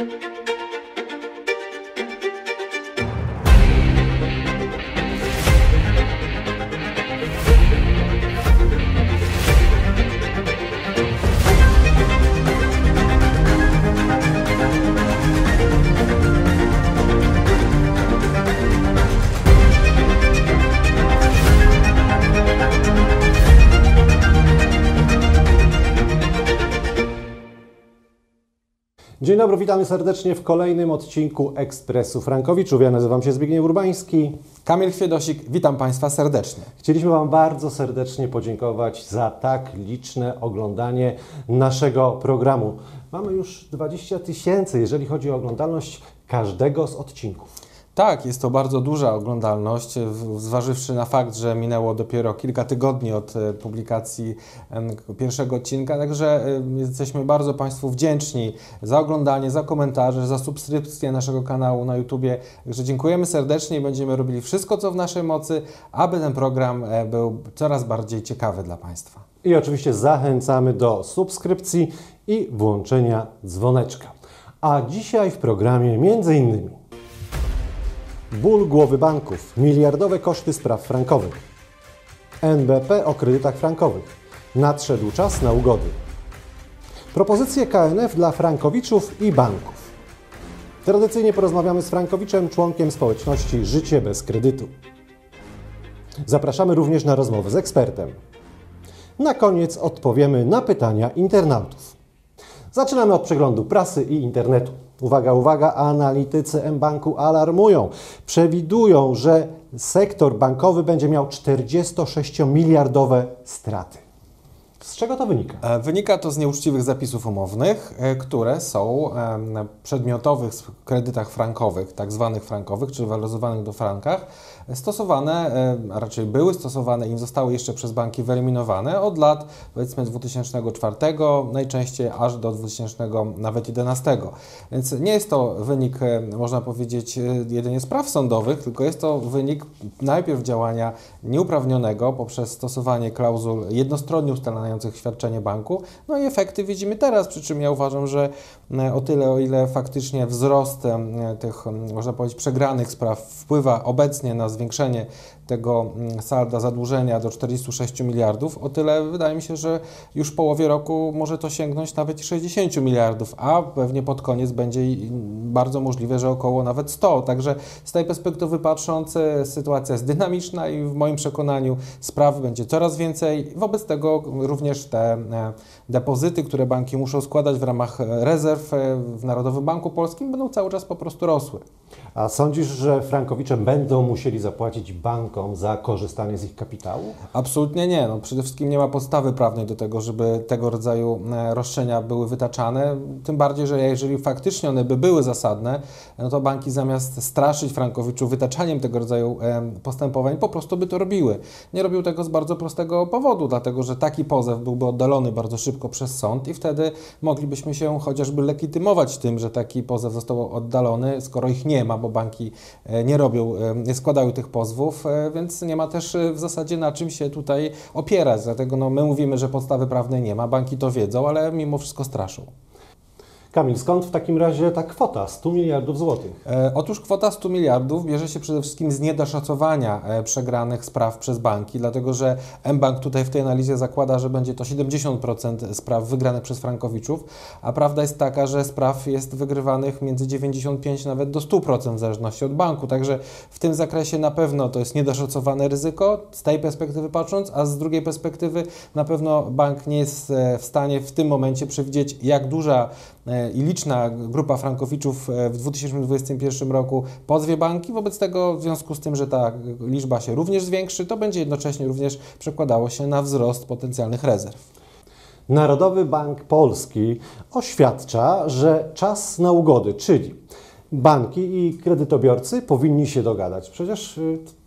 Dzień dobry, witamy serdecznie w kolejnym odcinku Ekspresu Frankowiczów. Ja nazywam się Zbigniew Urbański. Kamil Chwiedosik, witam Państwa serdecznie. Chcieliśmy Wam bardzo serdecznie podziękować za tak liczne oglądanie naszego programu. Mamy już 20 000, jeżeli chodzi o oglądalność każdego z odcinków. Tak, jest to bardzo duża oglądalność, zważywszy na fakt, że minęło dopiero kilka tygodni od publikacji pierwszego odcinka, także jesteśmy bardzo Państwu wdzięczni za oglądanie, za komentarze, za subskrypcję naszego kanału na YouTubie. Także dziękujemy serdecznie i będziemy robili wszystko, co w naszej mocy, aby ten program był coraz bardziej ciekawy dla Państwa. I oczywiście zachęcamy do subskrypcji i włączenia dzwoneczka. A dzisiaj w programie m.in. ból głowy banków, miliardowe koszty spraw frankowych, NBP o kredytach frankowych, nadszedł czas na ugody, propozycje KNF dla frankowiczów i banków. Tradycyjnie porozmawiamy z frankowiczem, członkiem społeczności Życie bez kredytu. Zapraszamy również na rozmowę z ekspertem. Na koniec odpowiemy na pytania internautów. Zaczynamy od przeglądu prasy i internetu. Uwaga, uwaga, analitycy mBanku alarmują. Przewidują, że sektor bankowy będzie miał 46-miliardowe straty. Z czego to wynika? Wynika to z nieuczciwych zapisów umownych, które są na przedmiotowych kredytach frankowych, tak zwanych frankowych, czy waloryzowanych do frankach, stosowane, a raczej były stosowane i zostały jeszcze przez banki wyeliminowane od lat, powiedzmy 2004, najczęściej aż do 2011. Więc nie jest to wynik, można powiedzieć, jedynie spraw sądowych, tylko jest to wynik najpierw działania nieuprawnionego poprzez stosowanie klauzul jednostronnie ustalających świadczenie banku. No i efekty widzimy teraz, przy czym ja uważam, że o tyle, o ile faktycznie wzrost tych, można powiedzieć, przegranych spraw wpływa obecnie na zwiększenie tego salda zadłużenia do 46 miliardów, o tyle wydaje mi się, że już w połowie roku może to sięgnąć nawet 60 miliardów, a pewnie pod koniec będzie bardzo możliwe, że około nawet 100. Także z tej perspektywy patrząc, sytuacja jest dynamiczna i w moim przekonaniu spraw będzie coraz więcej. Wobec tego również te depozyty, które banki muszą składać w ramach rezerw w Narodowym Banku Polskim, będą cały czas po prostu rosły. A sądzisz, że frankowicze będą musieli zapłacić bankom za korzystanie z ich kapitału? Absolutnie nie. No, przede wszystkim nie ma podstawy prawnej do tego, żeby tego rodzaju roszczenia były wytaczane. Tym bardziej, że jeżeli faktycznie one by były zasadne, no to banki zamiast straszyć frankowiczów wytaczaniem tego rodzaju postępowań, po prostu by to robiły. Nie robią tego z bardzo prostego powodu, dlatego że taki pozew byłby oddalony bardzo szybko przez sąd i wtedy moglibyśmy się chociażby legitymować tym, że taki pozew został oddalony, skoro ich nie ma, bo banki nie składały tych pozwów, więc nie ma też w zasadzie na czym się tutaj opierać. Dlatego my mówimy, że podstawy prawnej nie ma, banki to wiedzą, ale mimo wszystko straszą. Kamil, skąd w takim razie ta kwota 100 miliardów złotych? Otóż kwota 100 miliardów bierze się przede wszystkim z niedoszacowania przegranych spraw przez banki, dlatego że mBank tutaj w tej analizie zakłada, że będzie to 70% spraw wygranych przez frankowiczów, a prawda jest taka, że spraw jest wygrywanych między 95 nawet do 100% w zależności od banku, także w tym zakresie na pewno to jest niedoszacowane ryzyko z tej perspektywy patrząc, a z drugiej perspektywy na pewno bank nie jest w stanie w tym momencie przewidzieć, jak duża i liczna grupa frankowiczów w 2021 roku pozwie banki. Wobec tego, w związku z tym, że ta liczba się również zwiększy, to będzie jednocześnie również przekładało się na wzrost potencjalnych rezerw. Narodowy Bank Polski oświadcza, że czas na ugody, czyli banki i kredytobiorcy powinni się dogadać. Przecież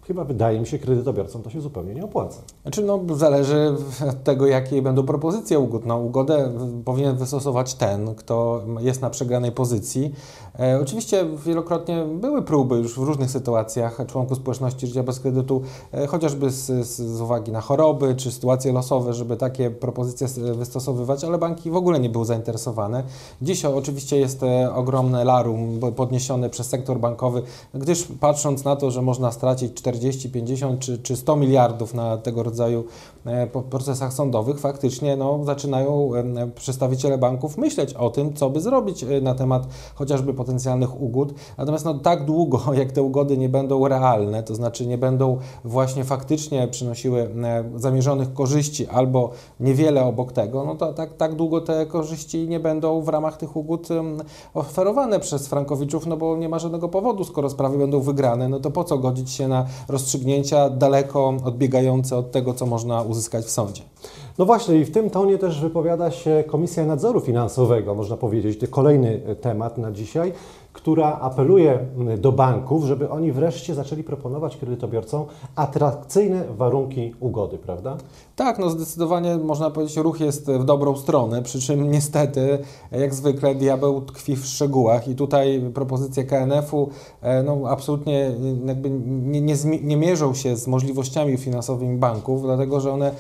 chyba wydaje mi się, kredytobiorcom to się zupełnie nie opłaca. Znaczy, zależy od tego, jakie będą propozycje ugód. Ugodę powinien wystosować ten, kto jest na przegranej pozycji. Oczywiście wielokrotnie były próby już w różnych sytuacjach członków społeczności życia bez kredytu, chociażby z uwagi na choroby czy sytuacje losowe, żeby takie propozycje wystosowywać, ale banki w ogóle nie były zainteresowane. Dziś oczywiście jest ogromne larum podniesione przez sektor bankowy, gdyż patrząc na to, że można stracić 40, 50 czy 100 miliardów na tego rodzaju procesach sądowych, faktycznie zaczynają przedstawiciele banków myśleć o tym, co by zrobić na temat chociażby potencjalnych ugód. Natomiast tak długo, jak te ugody nie będą realne, to znaczy nie będą właśnie faktycznie przynosiły zamierzonych korzyści albo niewiele obok tego, to tak długo te korzyści nie będą w ramach tych ugód oferowane przez frankowiczów, bo nie ma żadnego powodu, skoro sprawy będą wygrane, to po co godzić się na rozstrzygnięcia daleko odbiegające od tego, co można uzyskać w sądzie. No właśnie i w tym tonie też wypowiada się Komisja Nadzoru Finansowego, można powiedzieć, to kolejny temat na dzisiaj, która apeluje do banków, żeby oni wreszcie zaczęli proponować kredytobiorcom atrakcyjne warunki ugody, prawda? Tak, zdecydowanie można powiedzieć, ruch jest w dobrą stronę, przy czym niestety, jak zwykle, diabeł tkwi w szczegółach i tutaj propozycje KNF-u absolutnie jakby nie mierzą się z możliwościami finansowymi banków, dlatego że one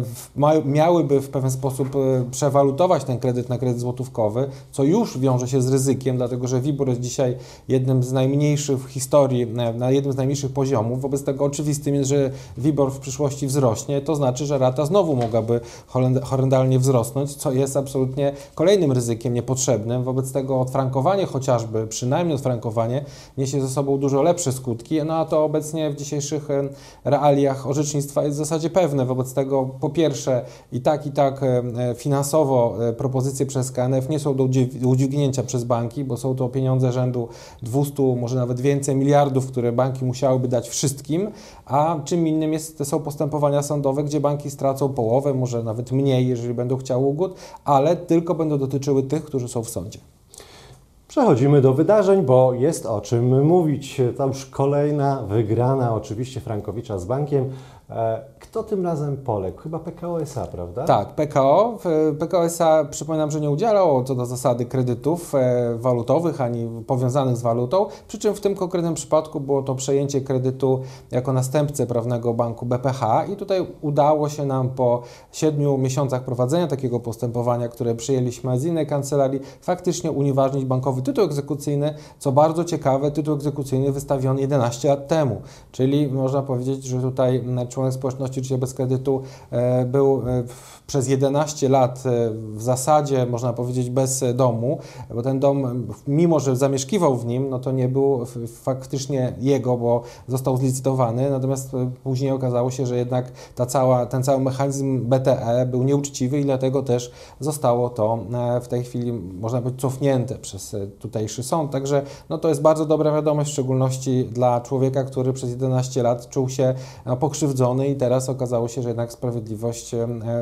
miałyby w pewien sposób przewalutować ten kredyt na kredyt złotówkowy, co już wiąże się z ryzykiem, dlatego że WIBOR jest dzisiaj jednym z najmniejszych w historii, na jednym z najmniejszych poziomów. Wobec tego oczywistym jest, że WIBOR w przyszłości wzrośnie, to znaczy, że rata znowu mogłaby horrendalnie wzrosnąć, co jest absolutnie kolejnym ryzykiem niepotrzebnym. Wobec tego odfrankowanie chociażby, przynajmniej odfrankowanie, niesie ze sobą dużo lepsze skutki, a to obecnie w dzisiejszych realiach orzecznictwa jest w zasadzie pewne. Wobec tego po pierwsze i tak finansowo propozycje przez KNF nie są do udźwignięcia przez banki, bo są to pieniądze rzędu 200, może nawet więcej miliardów, które banki musiałyby dać wszystkim, a czym innym są postępowania sądowe, gdzie banki stracą połowę, może nawet mniej, jeżeli będą chciały ugód, ale tylko będą dotyczyły tych, którzy są w sądzie. Przechodzimy do wydarzeń, bo jest o czym mówić. To już kolejna wygrana oczywiście Frankowicza z bankiem. Kto tym razem poległ? Chyba PKO SA, prawda? Tak, PKO. PKO SA, przypominam, że nie udzielało co do zasady kredytów walutowych ani powiązanych z walutą, przy czym w tym konkretnym przypadku było to przejęcie kredytu jako następcę prawnego banku BPH i tutaj udało się nam po 7 miesiącach prowadzenia takiego postępowania, które przyjęliśmy z innej kancelarii, faktycznie unieważnić bankowy tytuł egzekucyjny, co bardzo ciekawe, tytuł egzekucyjny wystawiony 11 lat temu, czyli można powiedzieć, że tutaj członek społeczności życia bez kredytu był przez 11 lat w zasadzie, można powiedzieć, bez domu, bo ten dom, mimo że zamieszkiwał w nim, to nie był faktycznie jego, bo został zlicytowany, natomiast później okazało się, że jednak ten cały mechanizm BTE był nieuczciwy i dlatego też zostało to w tej chwili, można powiedzieć, cofnięte przez tutejszy sąd. Także to jest bardzo dobra wiadomość, w szczególności dla człowieka, który przez 11 lat czuł się pokrzywdzony i teraz okazało się, że jednak sprawiedliwość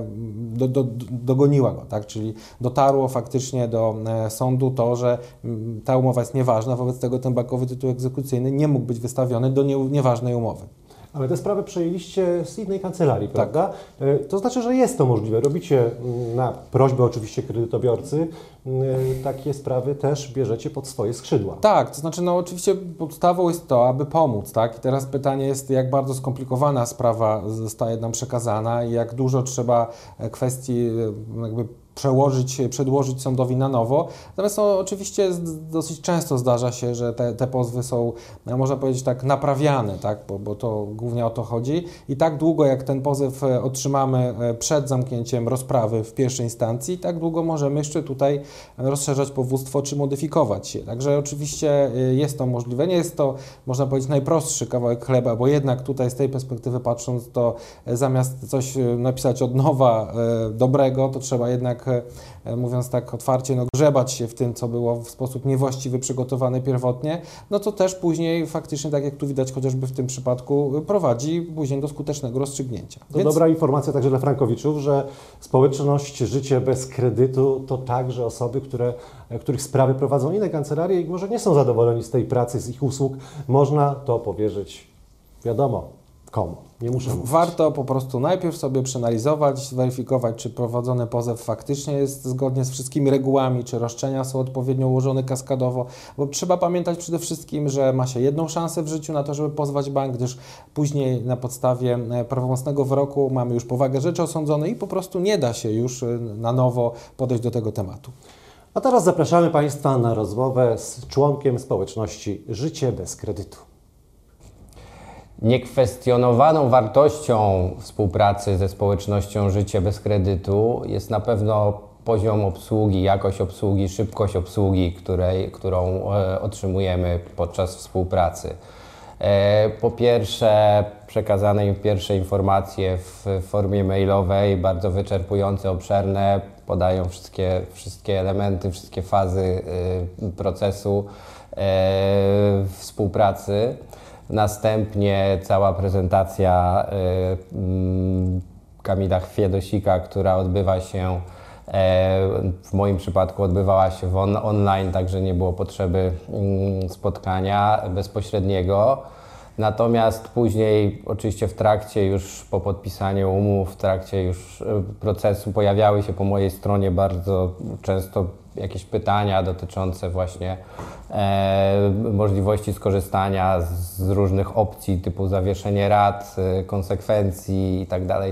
dogoniła go, tak? Czyli dotarło faktycznie do sądu to, że ta umowa jest nieważna, wobec tego ten bankowy tytuł egzekucyjny nie mógł być wystawiony do nieważnej umowy. Ale tę sprawę przejęliście z innej kancelarii, prawda? To znaczy, że jest to możliwe. Robicie na prośbę oczywiście kredytobiorcy, takie sprawy też bierzecie pod swoje skrzydła. Tak, to znaczy oczywiście podstawą jest to, aby pomóc, tak? I teraz pytanie jest, jak bardzo skomplikowana sprawa zostaje nam przekazana i jak dużo trzeba kwestii jakby przedłożyć sądowi na nowo. Natomiast oczywiście dosyć często zdarza się, że te pozwy są, można powiedzieć tak, naprawiane, tak? Bo to głównie o to chodzi. I tak długo, jak ten pozew otrzymamy przed zamknięciem rozprawy w pierwszej instancji, tak długo możemy jeszcze tutaj rozszerzać powództwo czy modyfikować się. Także oczywiście jest to możliwe. Nie jest to, można powiedzieć, najprostszy kawałek chleba, bo jednak tutaj z tej perspektywy patrząc, to zamiast coś napisać od nowa dobrego, to trzeba jednak, mówiąc tak otwarcie, grzebać się w tym, co było w sposób niewłaściwy przygotowane pierwotnie, to też później faktycznie, tak jak tu widać chociażby w tym przypadku, prowadzi później do skutecznego rozstrzygnięcia. To dobra informacja także dla frankowiczów, że społeczność Życie bez kredytu to także osoby, których sprawy prowadzą inne kancelarie i może nie są zadowoleni z tej pracy, z ich usług. Można to powierzyć, wiadomo, komu? Nie muszę mówić. Warto po prostu najpierw sobie przeanalizować, zweryfikować, czy prowadzony pozew faktycznie jest zgodnie z wszystkimi regułami, czy roszczenia są odpowiednio ułożone kaskadowo, bo trzeba pamiętać przede wszystkim, że ma się jedną szansę w życiu na to, żeby pozwać bank, gdyż później na podstawie prawomocnego wyroku mamy już powagę rzeczy osądzonej i po prostu nie da się już na nowo podejść do tego tematu. A teraz zapraszamy Państwa na rozmowę z członkiem społeczności Życie bez kredytu. Niekwestionowaną wartością współpracy ze społecznością Życie bez kredytu jest na pewno poziom obsługi, jakość obsługi, szybkość obsługi, którą otrzymujemy podczas współpracy. Po pierwsze, przekazane im pierwsze informacje w formie mailowej, bardzo wyczerpujące, obszerne, podają wszystkie elementy, wszystkie fazy procesu współpracy. Następnie cała prezentacja Kamila Chwiedosika, która odbywa się, w moim przypadku odbywała się online, także nie było potrzeby spotkania bezpośredniego. Natomiast później, oczywiście w trakcie już po podpisaniu umów, w trakcie już procesu pojawiały się po mojej stronie bardzo często jakieś pytania dotyczące właśnie możliwości skorzystania z różnych opcji typu zawieszenie rat, konsekwencji itd.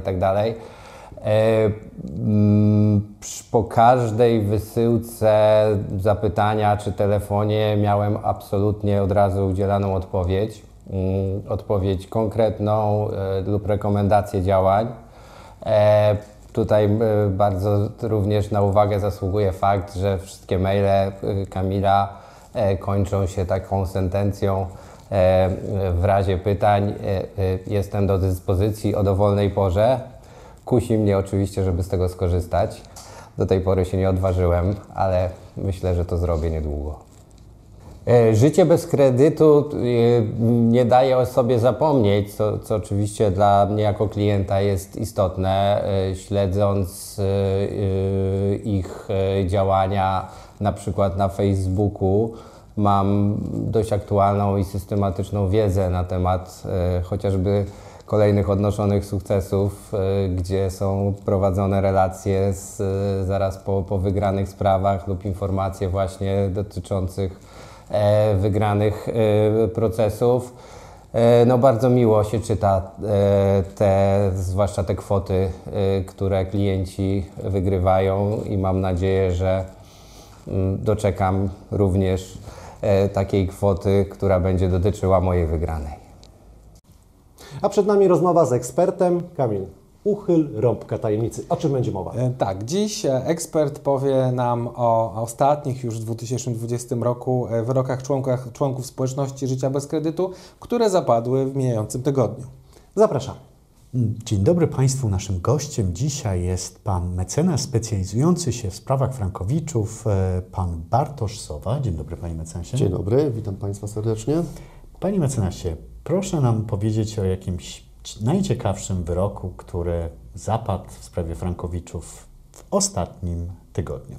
Po każdej wysyłce zapytania czy telefonie miałem absolutnie od razu udzielaną odpowiedź konkretną lub rekomendację działań. Tutaj bardzo również na uwagę zasługuje fakt, że wszystkie maile Kamila kończą się taką sentencją: w razie pytań jestem do dyspozycji o dowolnej porze. Kusi mnie oczywiście, żeby z tego skorzystać. Do tej pory się nie odważyłem, ale myślę, że to zrobię niedługo. Życie bez kredytu nie daje o sobie zapomnieć, co oczywiście dla mnie jako klienta jest istotne. Śledząc ich działania na przykład na Facebooku, mam dość aktualną i systematyczną wiedzę na temat chociażby kolejnych odnoszonych sukcesów, gdzie są prowadzone relacje zaraz po wygranych sprawach lub informacje właśnie dotyczących wygranych procesów. No bardzo miło się czyta zwłaszcza te kwoty, które klienci wygrywają i mam nadzieję, że doczekam również takiej kwoty, która będzie dotyczyła mojej wygranej. A przed nami rozmowa z ekspertem. Kamil, uchyl rąbka tajemnicy. O czym będzie mowa? Tak, dziś ekspert powie nam o ostatnich już w 2020 roku wyrokach członków społeczności Życia bez kredytu, które zapadły w mijającym tygodniu. Zapraszamy. Dzień dobry Państwu. Naszym gościem dzisiaj jest pan mecenas specjalizujący się w sprawach frankowiczów, pan Bartosz Sowa. Dzień dobry Panie mecenasie. Dzień dobry, witam Państwa serdecznie. Panie mecenasie, proszę nam powiedzieć o jakimś najciekawszym wyroku, który zapadł w sprawie frankowiczów w ostatnim tygodniu.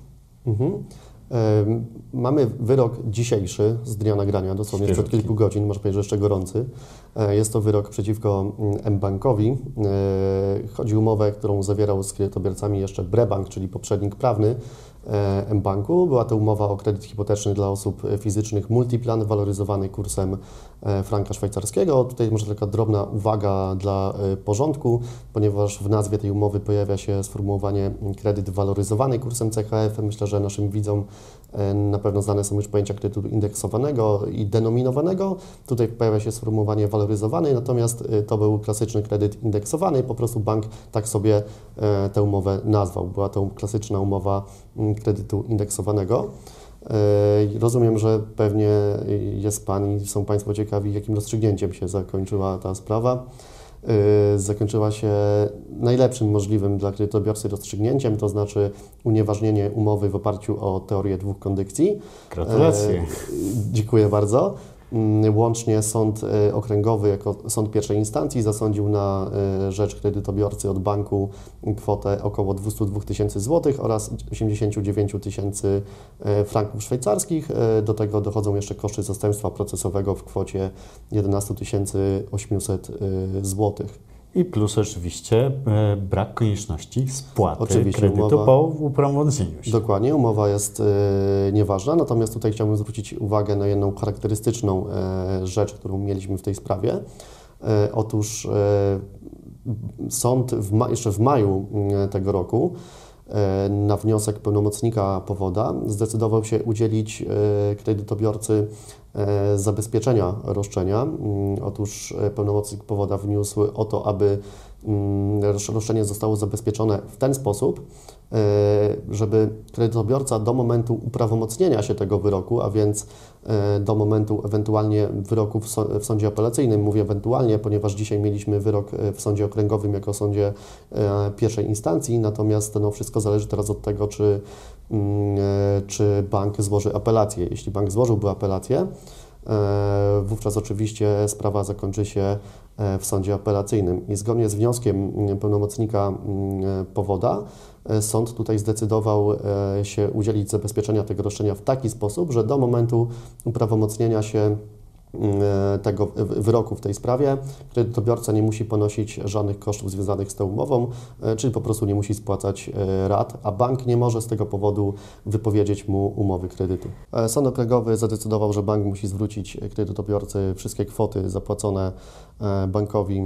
Mamy wyrok dzisiejszy z dnia nagrania, dosłownie sprzed kilku godzin, można powiedzieć, że jeszcze gorący. Jest to wyrok przeciwko mBankowi. Chodzi o umowę, którą zawierał z kredytobiorcami jeszcze Brebank, czyli poprzednik prawny mBanku. Była to umowa o kredyt hipoteczny dla osób fizycznych, multiplan waloryzowany kursem franka szwajcarskiego. Tutaj może taka drobna uwaga dla porządku, ponieważ w nazwie tej umowy pojawia się sformułowanie kredyt waloryzowany kursem CHF. Myślę, że naszym widzom na pewno znane są już pojęcia kredytu indeksowanego i denominowanego. Tutaj pojawia się sformułowanie waloryzowany, natomiast to był klasyczny kredyt indeksowany. Po prostu bank tak sobie tę umowę nazwał. Była to klasyczna umowa kredytu indeksowanego. Rozumiem, że pewnie jest Pan i są Państwo ciekawi, jakim rozstrzygnięciem się zakończyła ta sprawa. Zakończyła się najlepszym możliwym dla kredytobiorcy rozstrzygnięciem, to znaczy unieważnienie umowy w oparciu o teorię dwóch kondycji. Gratulacje. Dziękuję bardzo. Łącznie sąd okręgowy jako sąd pierwszej instancji zasądził na rzecz kredytobiorcy od banku kwotę około 202 tysięcy złotych oraz 89 tysięcy franków szwajcarskich. Do tego dochodzą jeszcze koszty zastępstwa procesowego w kwocie 11 800 złotych. I plus oczywiście brak konieczności spłaty Oczywiście, kredytu po uprawomocnieniu się. Dokładnie, umowa jest nieważna, natomiast tutaj chciałbym zwrócić uwagę na jedną charakterystyczną rzecz, którą mieliśmy w tej sprawie. Otóż sąd jeszcze w maju tego roku na wniosek pełnomocnika powoda zdecydował się udzielić kredytobiorcy zabezpieczenia roszczenia. Otóż pełnomocnik powoda wniósł o to, aby roszczenie zostało zabezpieczone w ten sposób, żeby kredytobiorca do momentu uprawomocnienia się tego wyroku, a więc do momentu ewentualnie wyroku w sądzie apelacyjnym, mówię ewentualnie, ponieważ dzisiaj mieliśmy wyrok w sądzie okręgowym jako sądzie pierwszej instancji, natomiast no, wszystko zależy teraz od tego, czy bank złoży apelację. Jeśli bank złożyłby apelację, wówczas oczywiście sprawa zakończy się w sądzie apelacyjnym. I zgodnie z wnioskiem pełnomocnika powoda sąd tutaj zdecydował się udzielić zabezpieczenia tego roszczenia w taki sposób, że do momentu uprawomocnienia się tego wyroku w tej sprawie kredytobiorca nie musi ponosić żadnych kosztów związanych z tą umową, czyli po prostu nie musi spłacać rat, a bank nie może z tego powodu wypowiedzieć mu umowy kredytu. Sąd okręgowy zadecydował, że bank musi zwrócić kredytobiorcy wszystkie kwoty zapłacone bankowi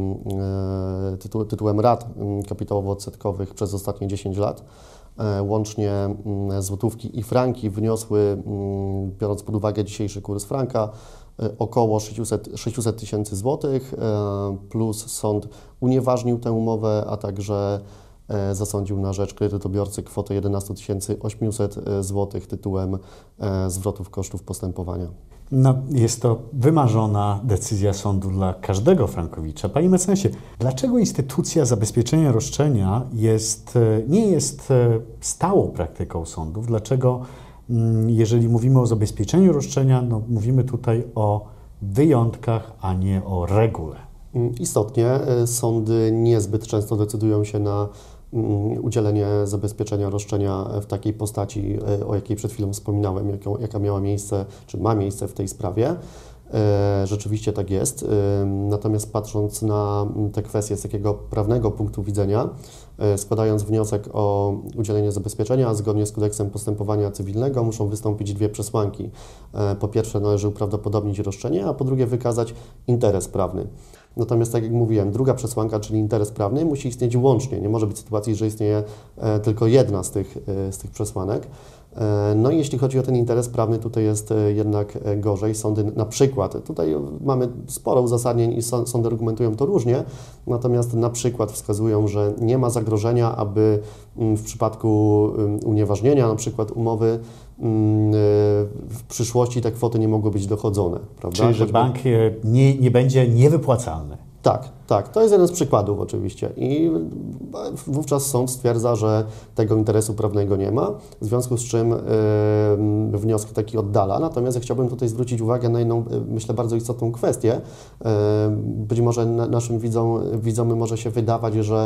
tytułem rat kapitałowo-odsetkowych przez ostatnie 10 lat. Łącznie złotówki i franki wyniosły, biorąc pod uwagę dzisiejszy kurs franka, około 600 tysięcy złotych, plus sąd unieważnił tę umowę, a także zasądził na rzecz kredytobiorcy kwotę 11 800 złotych tytułem zwrotów kosztów postępowania. No, jest to wymarzona decyzja sądu dla każdego frankowicza. Panie mecenasie, dlaczego instytucja zabezpieczenia roszczenia nie jest stałą praktyką sądów? Dlaczego, jeżeli mówimy o zabezpieczeniu roszczenia, no, mówimy tutaj o wyjątkach, a nie o regule? Istotnie sądy niezbyt często decydują się na udzielenie zabezpieczenia roszczenia w takiej postaci, o jakiej przed chwilą wspominałem, jaka miała miejsce, czy ma miejsce w tej sprawie. Rzeczywiście tak jest. Natomiast patrząc na te kwestie z takiego prawnego punktu widzenia, składając wniosek o udzielenie zabezpieczenia zgodnie z kodeksem postępowania cywilnego, muszą wystąpić dwie przesłanki. Po pierwsze, należy uprawdopodobnić roszczenie, a po drugie wykazać interes prawny. Natomiast, tak jak mówiłem, druga przesłanka, czyli interes prawny, musi istnieć łącznie. Nie może być sytuacji, że istnieje tylko jedna z tych przesłanek. No i jeśli chodzi o ten interes prawny, tutaj jest jednak gorzej. Sądy na przykład, tutaj mamy sporo uzasadnień i sądy argumentują to różnie, natomiast na przykład wskazują, że nie ma zagrożenia, aby w przypadku unieważnienia na przykład umowy w przyszłości te kwoty nie mogły być dochodzone. Prawda? Czyli, że bank nie będzie niewypłacalny. Tak. To jest jeden z przykładów oczywiście i wówczas sąd stwierdza, że tego interesu prawnego nie ma, w związku z czym wniosek taki oddala. Natomiast ja chciałbym tutaj zwrócić uwagę na jedną, myślę, bardzo istotną kwestię. Być może naszym widzom może się wydawać, że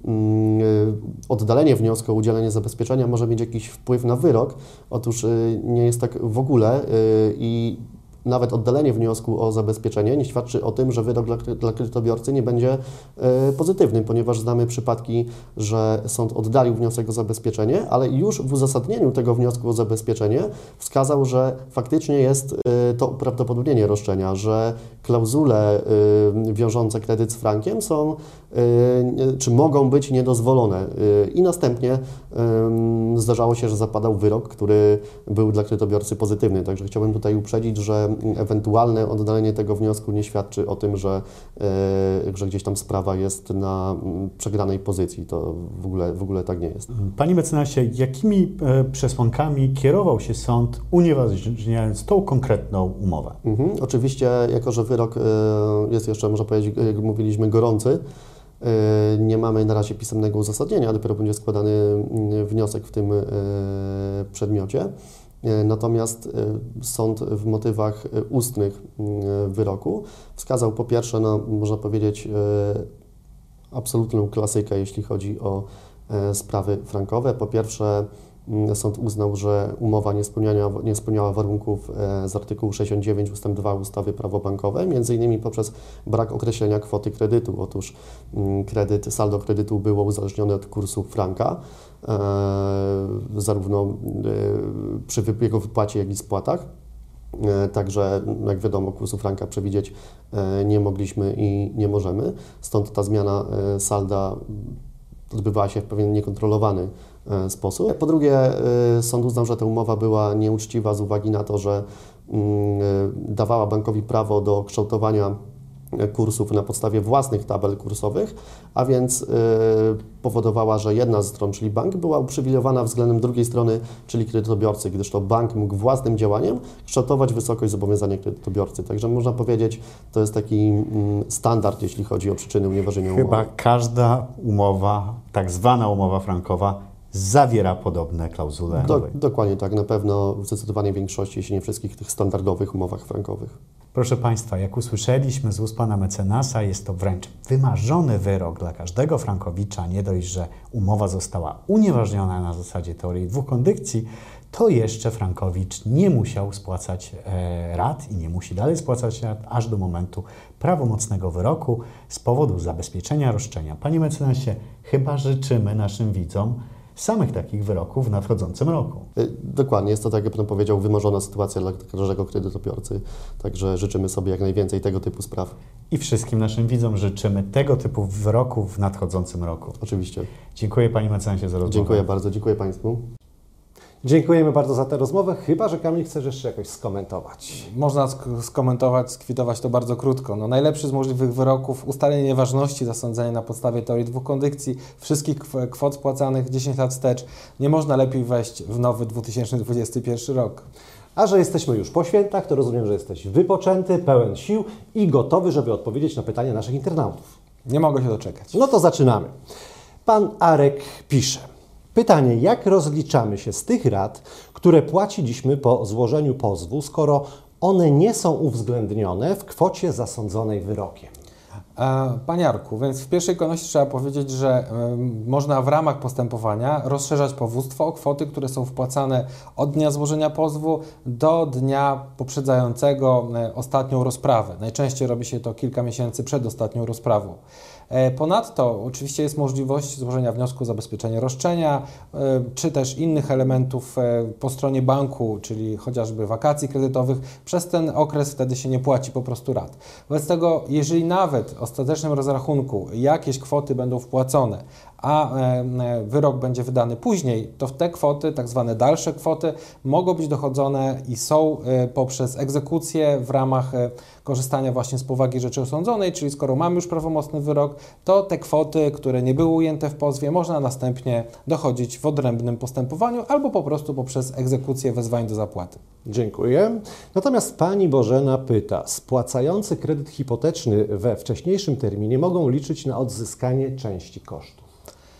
oddalenie wniosku o udzielenie zabezpieczenia może mieć jakiś wpływ na wyrok. Otóż nie jest tak w ogóle i nawet oddalenie wniosku o zabezpieczenie nie świadczy o tym, że wyrok dla kredytobiorcy nie będzie pozytywny, ponieważ znamy przypadki, że sąd oddalił wniosek o zabezpieczenie, ale już w uzasadnieniu tego wniosku o zabezpieczenie wskazał, że faktycznie jest to uprawdopodobnienie roszczenia, że klauzule wiążące kredyt z frankiem są, czy mogą być niedozwolone. I następnie zdarzało się, że zapadał wyrok, który był dla kredytobiorcy pozytywny. Także chciałbym tutaj uprzedzić, że ewentualne oddalenie tego wniosku nie świadczy o tym, że gdzieś tam sprawa jest na przegranej pozycji. To w ogóle tak nie jest. Panie mecenasie, jakimi przesłankami kierował się sąd, unieważniając tą konkretną umowę? Oczywiście, jako że wyrok jest jeszcze, można powiedzieć, jak mówiliśmy, gorący, nie mamy na razie pisemnego uzasadnienia, dopiero będzie składany wniosek w tym przedmiocie. Natomiast sąd w motywach ustnych wyroku wskazał po pierwsze, no, można powiedzieć, absolutną klasykę, jeśli chodzi o sprawy frankowe. Po pierwsze, sąd uznał, że umowa nie spełniała warunków z artykułu 69 ust. 2 ustawy Prawo bankowe, m.in. poprzez brak określenia kwoty kredytu. Otóż saldo kredytu było uzależnione od kursu franka, zarówno przy jego wypłacie, jak i spłatach. Także, jak wiadomo, kursu franka przewidzieć nie mogliśmy i nie możemy. Stąd ta zmiana salda odbywała się w pewien niekontrolowany sposób. Po drugie, sąd uznał, że ta umowa była nieuczciwa z uwagi na to, że dawała bankowi prawo do kształtowania kursów na podstawie własnych tabel kursowych, a więc powodowała, że jedna ze stron, czyli bank, była uprzywilejowana względem drugiej strony, czyli kredytobiorcy, gdyż to bank mógł własnym działaniem kształtować wysokość zobowiązania kredytobiorcy. Także można powiedzieć, to jest taki standard, jeśli chodzi o przyczyny unieważnienia umowy. Chyba każda umowa, tak zwana umowa frankowa, zawiera podobne klauzule. Dokładnie tak, na pewno w zdecydowanej większości, jeśli nie wszystkich tych standardowych umowach frankowych. Proszę Państwa, jak usłyszeliśmy z ust Pana mecenasa, jest to wręcz wymarzony wyrok dla każdego frankowicza. Nie dość, że umowa została unieważniona na zasadzie teorii dwóch kondycji, to jeszcze frankowicz nie musiał spłacać rat i nie musi dalej spłacać rat aż do momentu prawomocnego wyroku z powodu zabezpieczenia roszczenia. Panie mecenasie, chyba życzymy naszym widzom samych takich wyroków w nadchodzącym roku. Dokładnie, jest to, tak jak Pan powiedział, wymarzona sytuacja dla każdego kredytobiorcy, także życzymy sobie jak najwięcej tego typu spraw. I wszystkim naszym widzom życzymy tego typu wyroków w nadchodzącym roku. Oczywiście. Dziękuję Panie mecenasie za rozmowę. Dziękuję bardzo, dziękuję Państwu. Dziękujemy bardzo za tę rozmowę, chyba że Kamil chcesz jeszcze jakoś skomentować. Można skomentować, skwitować to bardzo krótko. No, najlepszy z możliwych wyroków, ustalenie nieważności zasądzenia na podstawie teorii dwóch kondycji, wszystkich kwot spłacanych 10 lat wstecz. Nie można lepiej wejść w nowy 2021 rok. A że jesteśmy już po świętach, to rozumiem, że jesteś wypoczęty, pełen sił i gotowy, żeby odpowiedzieć na pytania naszych internautów. Nie mogę się doczekać. No to zaczynamy. Pan Arek pisze. Pytanie, jak rozliczamy się z tych rat, które płaciliśmy po złożeniu pozwu, skoro one nie są uwzględnione w kwocie zasądzonej wyrokiem? Panie Jarku, więc w pierwszej kolejności trzeba powiedzieć, że można w ramach postępowania rozszerzać powództwo o kwoty, które są wpłacane od dnia złożenia pozwu do dnia poprzedzającego ostatnią rozprawę. Najczęściej robi się to kilka miesięcy przed ostatnią rozprawą. Ponadto oczywiście jest możliwość złożenia wniosku o zabezpieczenie roszczenia, czy też innych elementów po stronie banku, czyli chociażby wakacji kredytowych. Przez ten okres wtedy się nie płaci po prostu rat. Wobec tego, jeżeli nawet w ostatecznym rozrachunku jakieś kwoty będą wpłacone, a wyrok będzie wydany później, to w te kwoty, tak zwane dalsze kwoty, mogą być dochodzone i są poprzez egzekucję w ramach korzystania właśnie z powagi rzeczy osądzonej, czyli skoro mamy już prawomocny wyrok, to te kwoty, które nie były ujęte w pozwie, można następnie dochodzić w odrębnym postępowaniu albo po prostu poprzez egzekucję wezwań do zapłaty. Dziękuję. Natomiast pani Bożena pyta, spłacający kredyt hipoteczny we wcześniejszym terminie mogą liczyć na odzyskanie części kosztów?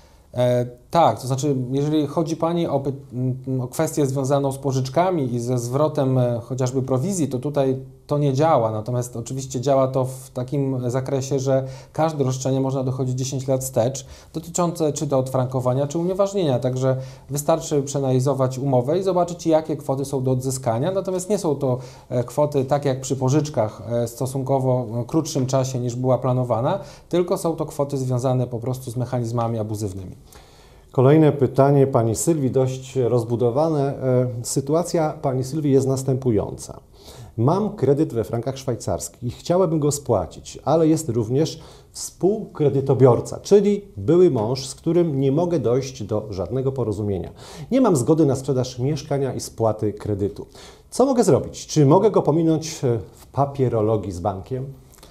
Tak, to znaczy, jeżeli chodzi Pani o kwestię związaną z pożyczkami i ze zwrotem chociażby prowizji, to tutaj to nie działa, natomiast oczywiście działa to w takim zakresie, że każde roszczenie można dochodzić 10 lat wstecz, dotyczące czy to odfrankowania, czy unieważnienia, także wystarczy przeanalizować umowę i zobaczyć, jakie kwoty są do odzyskania, natomiast nie są to kwoty tak jak przy pożyczkach w stosunkowo krótszym czasie niż była planowana, tylko są to kwoty związane po prostu z mechanizmami abuzywnymi. Kolejne pytanie pani Sylwii, dość rozbudowane. Sytuacja pani Sylwii jest następująca. Mam kredyt we frankach szwajcarskich, chciałabym go spłacić, ale jest również współkredytobiorca, czyli były mąż, z którym nie mogę dojść do żadnego porozumienia. Nie mam zgody na sprzedaż mieszkania i spłaty kredytu. Co mogę zrobić? Czy mogę go pominąć w papierologii z bankiem?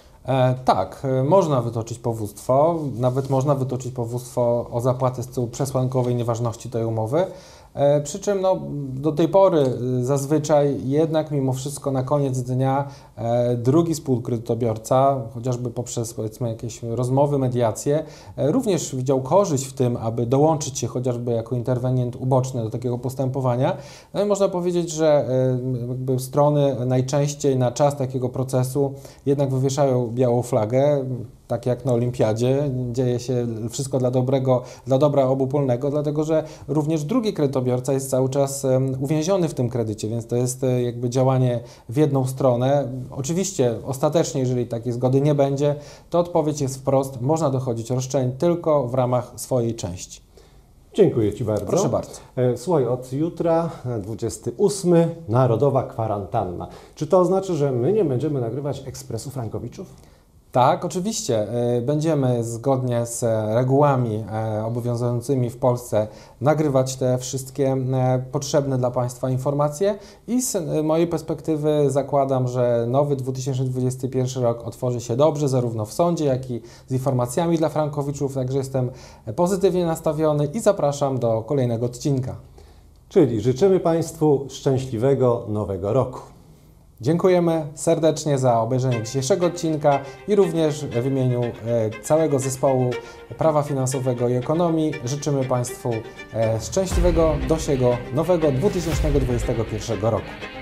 Tak, można wytoczyć powództwo, nawet można wytoczyć powództwo o zapłatę z tytułu przesłankowej nieważności tej umowy. Przy czym no, do tej pory zazwyczaj jednak mimo wszystko na koniec dnia drugi współkredytobiorca, chociażby poprzez powiedzmy jakieś rozmowy, mediacje, również widział korzyść w tym, aby dołączyć się chociażby jako interwenient uboczny do takiego postępowania. No i można powiedzieć, że jakby strony najczęściej na czas takiego procesu jednak wywieszają białą flagę, tak jak na olimpiadzie, dzieje się wszystko dla dobra obopólnego, dlatego że również drugi kredytobiorca jest cały czas uwięziony w tym kredycie, więc to jest jakby działanie w jedną stronę. Oczywiście ostatecznie, jeżeli takiej zgody nie będzie, to odpowiedź jest wprost, można dochodzić roszczeń tylko w ramach swojej części. Dziękuję Ci bardzo. Proszę bardzo. Słuchaj, od jutra 28. Narodowa kwarantanna. Czy to oznacza, że my nie będziemy nagrywać Ekspresu Frankowiczów? Tak, oczywiście. Będziemy zgodnie z regułami obowiązującymi w Polsce nagrywać te wszystkie potrzebne dla Państwa informacje i z mojej perspektywy zakładam, że nowy 2021 rok otworzy się dobrze, zarówno w sądzie, jak i z informacjami dla frankowiczów, także jestem pozytywnie nastawiony i zapraszam do kolejnego odcinka. Czyli życzymy Państwu szczęśliwego nowego roku. Dziękujemy serdecznie za obejrzenie dzisiejszego odcinka i również w imieniu całego zespołu prawa finansowego i ekonomii życzymy Państwu szczęśliwego, dosiego nowego 2021 roku.